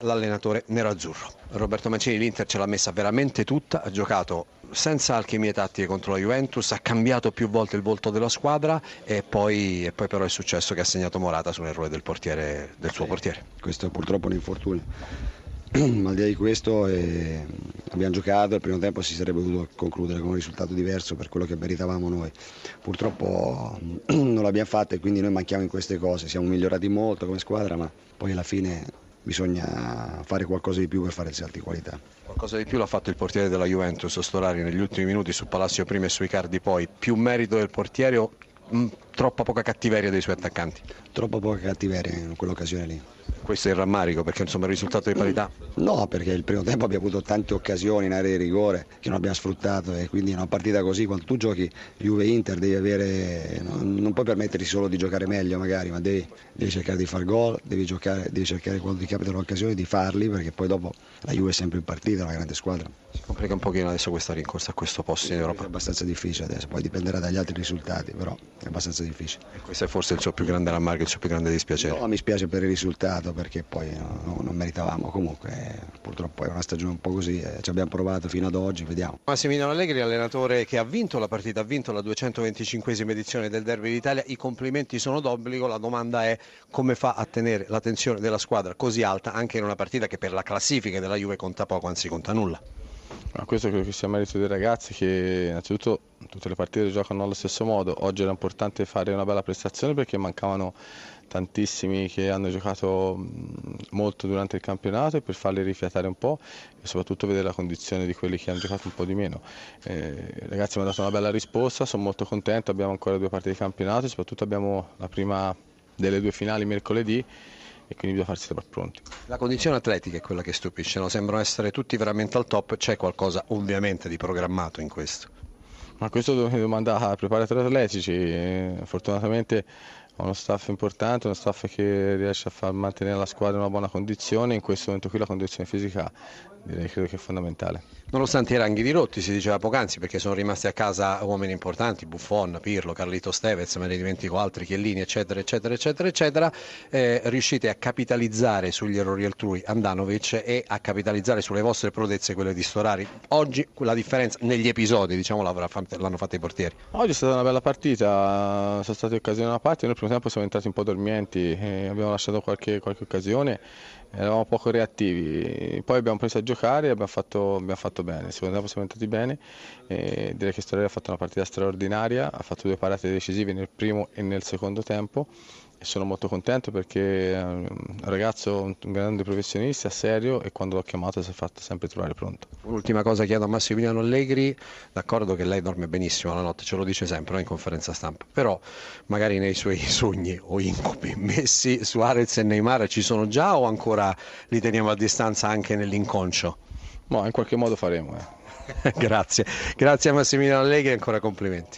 L'allenatore nerazzurro. Roberto Mancini l'Inter ce l'ha messa veramente tutta, ha giocato senza alchimie tattiche contro la Juventus, ha cambiato più volte il volto della squadra e poi però è successo che ha segnato Morata su un errore del portiere, del suo portiere. Questo è purtroppo un infortunio. Ma al di là di questo abbiamo giocato, il primo tempo si sarebbe dovuto concludere con un risultato diverso per quello che meritavamo noi. Purtroppo non l'abbiamo fatto e quindi noi manchiamo in queste cose, siamo migliorati molto come squadra, ma poi alla fine bisogna fare qualcosa di più per fare il salto di qualità. Qualcosa di più l'ha fatto il portiere della Juventus, Storari, negli ultimi minuti su Palacio prima e su Icardi poi. Più merito del portiere o troppa poca cattiveria dei suoi attaccanti? Troppa poca cattiveria in quell'occasione lì. Questo è il rammarico perché insomma il risultato di parità? No, perché il primo tempo abbiamo avuto tante occasioni in area di rigore che non abbiamo sfruttato e quindi una partita così, quando tu giochi Juve-Inter devi avere, non puoi permetterti solo di giocare meglio magari, ma devi cercare di far gol, devi cercare quando ti capitano occasioni di farli, perché poi dopo la Juve è sempre in partita, è una grande squadra. Si complica un pochino adesso questa rincorsa a questo posto in Europa? È abbastanza difficile adesso, poi dipenderà dagli altri risultati, però è abbastanza difficile. E questo è forse il suo più grande rammarico, il suo più grande dispiacere? No, mi spiace per il risultato perché poi non meritavamo, comunque purtroppo è una stagione un po' così, ci abbiamo provato fino ad oggi, vediamo. Massimiliano Allegri, allenatore che ha vinto la partita, ha vinto la 225esima edizione del Derby d'Italia, i complimenti sono d'obbligo, la domanda è come fa a tenere la tensione della squadra così alta anche in una partita che per la classifica della Juve conta poco, anzi conta nulla. Ma questo credo che sia merito dei ragazzi che innanzitutto tutte le partite giocano allo stesso modo. Oggi era importante fare una bella prestazione perché mancavano tantissimi che hanno giocato molto durante il campionato e per farli rifiatare un po' e soprattutto vedere la condizione di quelli che hanno giocato un po' di meno. I ragazzi mi hanno dato una bella risposta, sono molto contento, abbiamo ancora 2 partite di campionato e soprattutto abbiamo la prima delle 2 finali mercoledì e quindi bisogna farsi trovare pronti. La condizione atletica è quella che stupisce, no? Sembrano essere tutti veramente al top, c'è qualcosa ovviamente di programmato in questo? Ma questo domanda ai preparatori atletici, fortunatamente ho uno staff importante, uno staff che riesce a far mantenere la squadra in una buona condizione, in questo momento qui la condizione fisica direi credo che è fondamentale. Nonostante i ranghi ridotti, si diceva poc'anzi, perché sono rimasti a casa uomini importanti, Buffon, Pirlo, Carlito Tevez, me ne dimentico altri, Chiellini, eccetera, eccetera, eccetera, eccetera, riuscite a capitalizzare sugli errori altrui, Andanovic, e a capitalizzare sulle vostre prodezze, quelle di Storari. Oggi la differenza negli episodi, diciamo, l'hanno fatta i portieri. Oggi è stata una bella partita, sono state occasioni da una parte, noi nel primo tempo siamo entrati un po' dormienti, abbiamo lasciato qualche occasione. Eravamo poco reattivi, poi abbiamo preso a giocare e abbiamo fatto bene, il secondo tempo siamo entrati bene e direi che Storari ha fatto una partita straordinaria, ha fatto 2 parate decisive nel primo e nel secondo tempo e sono molto contento perché è un ragazzo, un grande professionista, serio e quando l'ho chiamato si è fatto sempre trovare pronto. Un'ultima cosa chiedo a Massimiliano Allegri, d'accordo che lei dorme benissimo la notte, ce lo dice sempre, no? In conferenza stampa, però magari nei suoi sogni o incubi Messi, Suarez e Neymar ci sono già o ancora li teniamo a distanza anche nell'inconscio? Ma in qualche modo faremo. Grazie a Massimiliano Allegri e ancora complimenti.